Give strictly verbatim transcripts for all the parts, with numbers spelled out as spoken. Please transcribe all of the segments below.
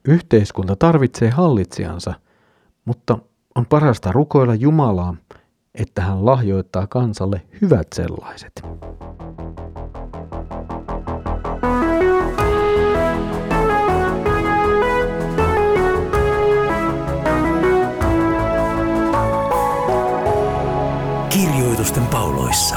Yhteiskunta tarvitsee hallitsijansa, mutta on parasta rukoilla Jumalaa, että hän lahjoittaa kansalle hyvät sellaiset. Kirjoitusten pauloissa.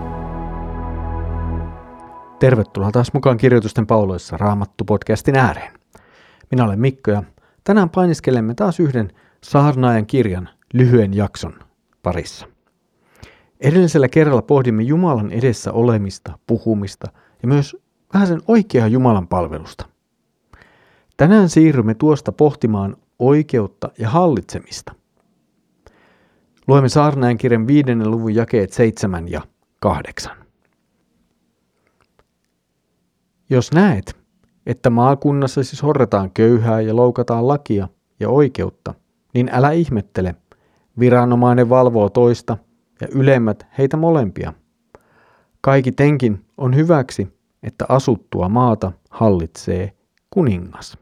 Tervetuloa taas mukaan Kirjoitusten pauloissa Raamattu-podcastin ääreen. Minä olen Mikko ja tänään painiskelemme taas yhden saarnaajan kirjan lyhyen jakson parissa. Edellisellä kerralla pohdimme Jumalan edessä olemista, puhumista ja myös vähän sen oikeaa Jumalan palvelusta. Tänään siirrymme tuosta pohtimaan oikeutta ja hallitsemista. Luemme saarnaajan kirjan viidennen luvun jakeet seitsemän ja kahdeksan. Jos näet, että maakunnassasi sorretaan köyhää ja loukataan lakia ja oikeutta, niin älä ihmettele, viranomainen valvoo toista ja ylemmät heitä molempia. Kaikitenkin on hyväksi, että asuttua maata hallitsee kuningas.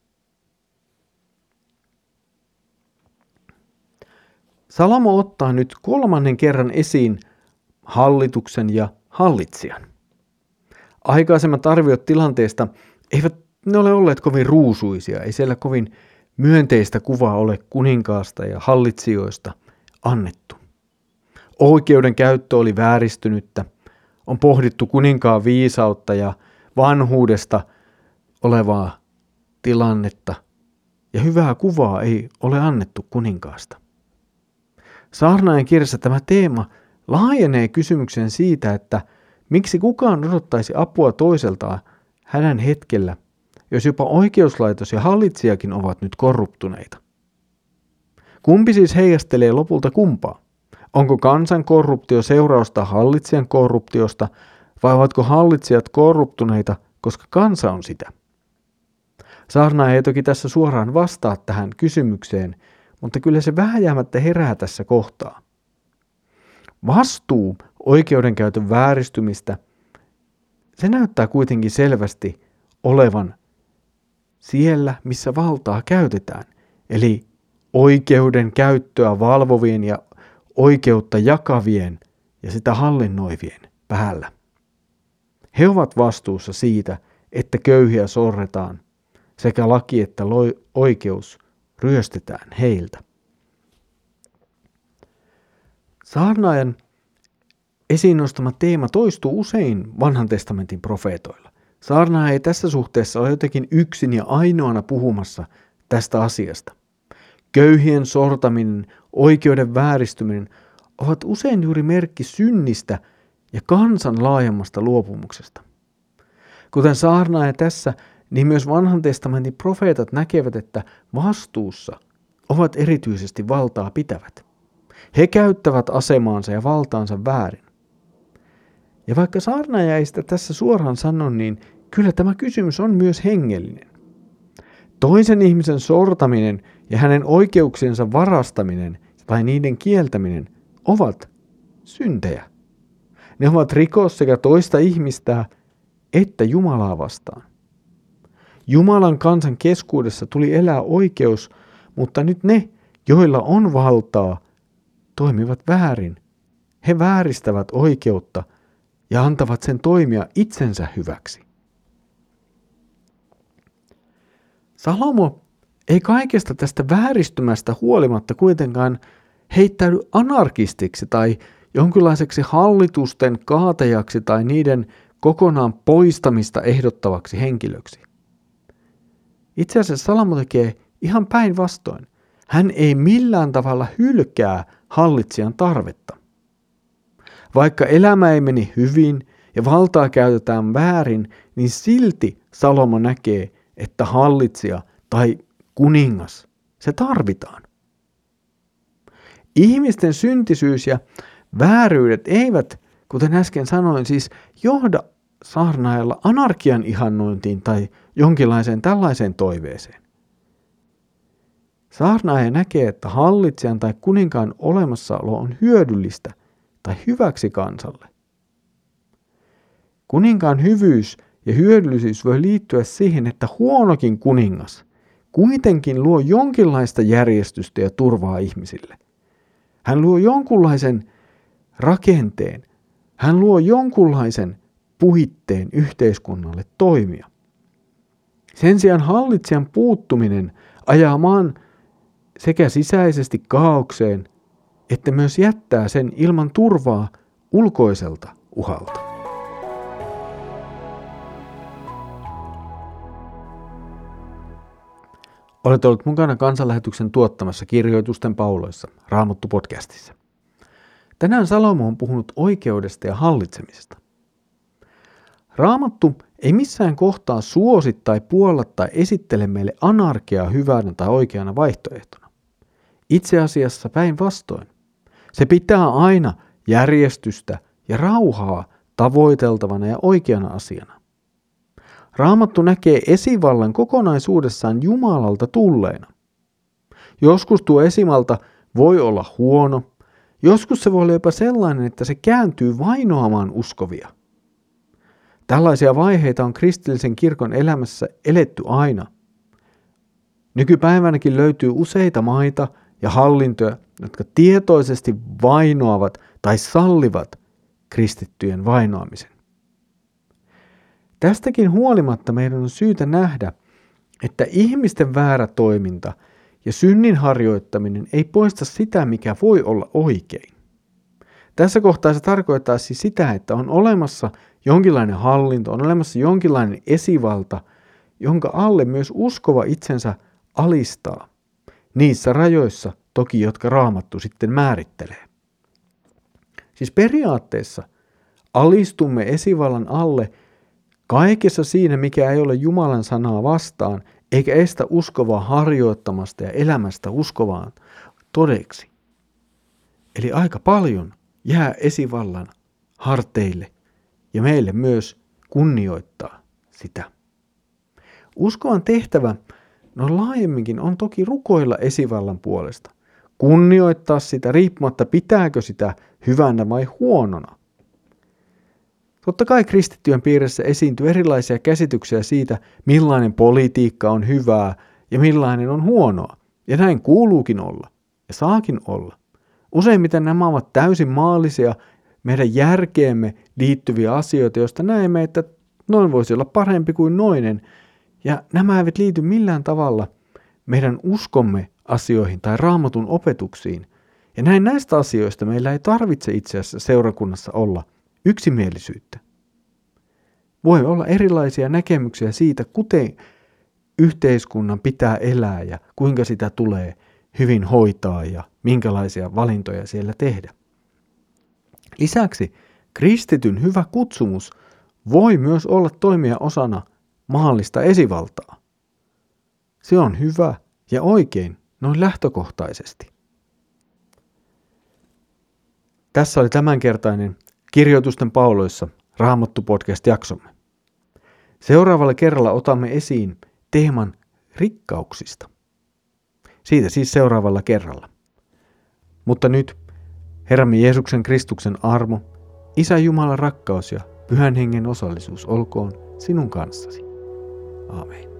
Salomo ottaa nyt kolmannen kerran esiin hallituksen ja hallitsijan. Aikaisemmat arviot tilanteesta eivät ne ole olleet kovin ruusuisia, ei siellä kovin myönteistä kuvaa ole kuninkaasta ja hallitsijoista annettu. Oikeuden käyttö oli vääristynyttä, on pohdittu kuninkaan viisautta ja vanhuudesta olevaa tilannetta, ja hyvää kuvaa ei ole annettu kuninkaasta. Saarnaajan kirjassa tämä teema laajenee kysymykseen siitä, että miksi kukaan odottaisi apua toiseltaan hänen hetkellä, jos jopa oikeuslaitos ja hallitsijakin ovat nyt korruptuneita. Kumpi siis heijastelee lopulta kumpaa? Onko kansan korruptio seurausta hallitsijan korruptiosta vai ovatko hallitsijat korruptuneita, koska kansa on sitä? Saarnaaja ei toki tässä suoraan vastaa tähän kysymykseen, mutta kyllä se vääjäämättä herää tässä kohtaa. Vastuu oikeudenkäytön vääristymistä, se näyttää kuitenkin selvästi olevan siellä, missä valtaa käytetään, eli oikeuden käyttöä valvovien ja oikeutta jakavien ja sitä hallinnoivien päällä. He ovat vastuussa siitä, että köyhiä sorretaan, sekä laki että oikeus ryöstetään heiltä. Saarnaajan esiin nostama teema toistuu usein vanhan testamentin profeetoilla. Saarnaaja ei tässä suhteessa ole jotenkin yksin ja ainoana puhumassa tästä asiasta. Köyhien sortaminen, oikeuden vääristyminen ovat usein juuri merkki synnistä ja kansan laajemmasta luopumuksesta. Kuten saarnaaja tässä, niin myös vanhan testamentin profeetat näkevät, että vastuussa ovat erityisesti valtaa pitävät. He käyttävät asemaansa ja valtaansa väärin. Ja vaikka saarnaaja ei sitä tässä suoraan sano, niin kyllä tämä kysymys on myös hengellinen. Toisen ihmisen sortaminen ja hänen oikeuksiensa varastaminen tai niiden kieltäminen ovat syntejä. Ne ovat rikos sekä toista ihmistä että Jumalaa vastaan. Jumalan kansan keskuudessa tuli elää oikeus, mutta nyt ne, joilla on valtaa, toimivat väärin. He vääristävät oikeutta ja antavat sen toimia itsensä hyväksi. Salomo ei kaikesta tästä vääristymästä huolimatta kuitenkaan heittäydy anarkistiksi tai jonkinlaiseksi hallitusten kaatajaksi tai niiden kokonaan poistamista ehdottavaksi henkilöksi. Itse asiassa Salomo tekee ihan päinvastoin. Hän ei millään tavalla hylkää hallitsijan tarvetta. Vaikka elämä ei mene hyvin ja valtaa käytetään väärin, niin silti Salomo näkee, että hallitsija tai kuningas, se tarvitaan. Ihmisten syntisyys ja vääryydet eivät, kuten äsken sanoin, siis johda saarnaajalla anarkian ihannointiin tai jonkinlaiseen tällaiseen toiveeseen. Saarnaaja näkee, että hallitsijan tai kuninkaan olemassaolo on hyödyllistä tai hyväksi kansalle. Kuninkaan hyvyys ja hyödyllisyys voi liittyä siihen, että huonokin kuningas, kuitenkin luo jonkinlaista järjestystä ja turvaa ihmisille. Hän luo jonkunlaisen rakenteen, hän luo jonkunlaisen puitteen yhteiskunnalle toimia. Sen sijaan hallitsijan puuttuminen ajaa maan sekä sisäisesti kaaukseen, että myös jättää sen ilman turvaa ulkoiselta uhalta. Olet ollut mukana Kansanlähetyksen tuottamassa Kirjoitusten pauloissa Raamattu-podcastissa. Tänään Salomo on puhunut oikeudesta ja hallitsemisesta. Raamattu ei missään kohtaa suosi tai puolla tai esittele meille anarkiaa hyvänä tai oikeana vaihtoehtona. Itse asiassa päinvastoin. Se pitää aina järjestystä ja rauhaa tavoiteltavana ja oikeana asiana. Raamattu näkee esivallan kokonaisuudessaan Jumalalta tulleena. Joskus tuo esivalta voi olla huono, joskus se voi olla jopa sellainen, että se kääntyy vainoamaan uskovia. Tällaisia vaiheita on kristillisen kirkon elämässä eletty aina. Nykypäivänäkin löytyy useita maita ja hallintoja, jotka tietoisesti vainoavat tai sallivat kristittyjen vainoamisen. Tästäkin huolimatta meidän on syytä nähdä, että ihmisten väärä toiminta ja synnin harjoittaminen ei poista sitä, mikä voi olla oikein. Tässä kohtaa se tarkoittaa siis sitä, että on olemassa jonkinlainen hallinto, on olemassa jonkinlainen esivalta, jonka alle myös uskova itsensä alistaa. Niissä rajoissa toki, jotka Raamattu sitten määrittelee. Siis periaatteessa alistumme esivallan alle kaikessa siinä, mikä ei ole Jumalan sanaa vastaan, eikä estä uskovaa harjoittamasta ja elämästä uskovaan todeksi. Eli aika paljon jää esivallan harteille ja meille myös kunnioittaa sitä. Uskovan tehtävä no laajemminkin on toki rukoilla esivallan puolesta. Kunnioittaa sitä riippumatta pitääkö sitä hyvänä vai huonona. Totta kai kristittyjen piirissä esiintyy erilaisia käsityksiä siitä, millainen politiikka on hyvää ja millainen on huonoa. Ja näin kuuluukin olla ja saakin olla. Useimmiten nämä ovat täysin maallisia, meidän järkeemme liittyviä asioita, joista näemme, että noin voisi olla parempi kuin noinen. Ja nämä eivät liity millään tavalla meidän uskomme asioihin tai Raamatun opetuksiin. Ja näin näistä asioista meillä ei tarvitse itse asiassa seurakunnassa olla yksimielisyyttä. Voi olla erilaisia näkemyksiä siitä, kuten yhteiskunnan pitää elää ja kuinka sitä tulee hyvin hoitaa ja minkälaisia valintoja siellä tehdä. Lisäksi kristityn hyvä kutsumus voi myös olla toimia osana maallista esivaltaa. Se on hyvä ja oikein noin lähtökohtaisesti. Tässä oli tämänkertainen Kirjoitusten pauloissa Raamattu-podcast-jaksomme. Seuraavalla kerralla otamme esiin teeman rikkauksista. Siitä siis seuraavalla kerralla. Mutta nyt Herramme Jeesuksen Kristuksen armo, Isä Jumalan rakkaus ja Pyhän Hengen osallisuus olkoon sinun kanssasi. Aamen.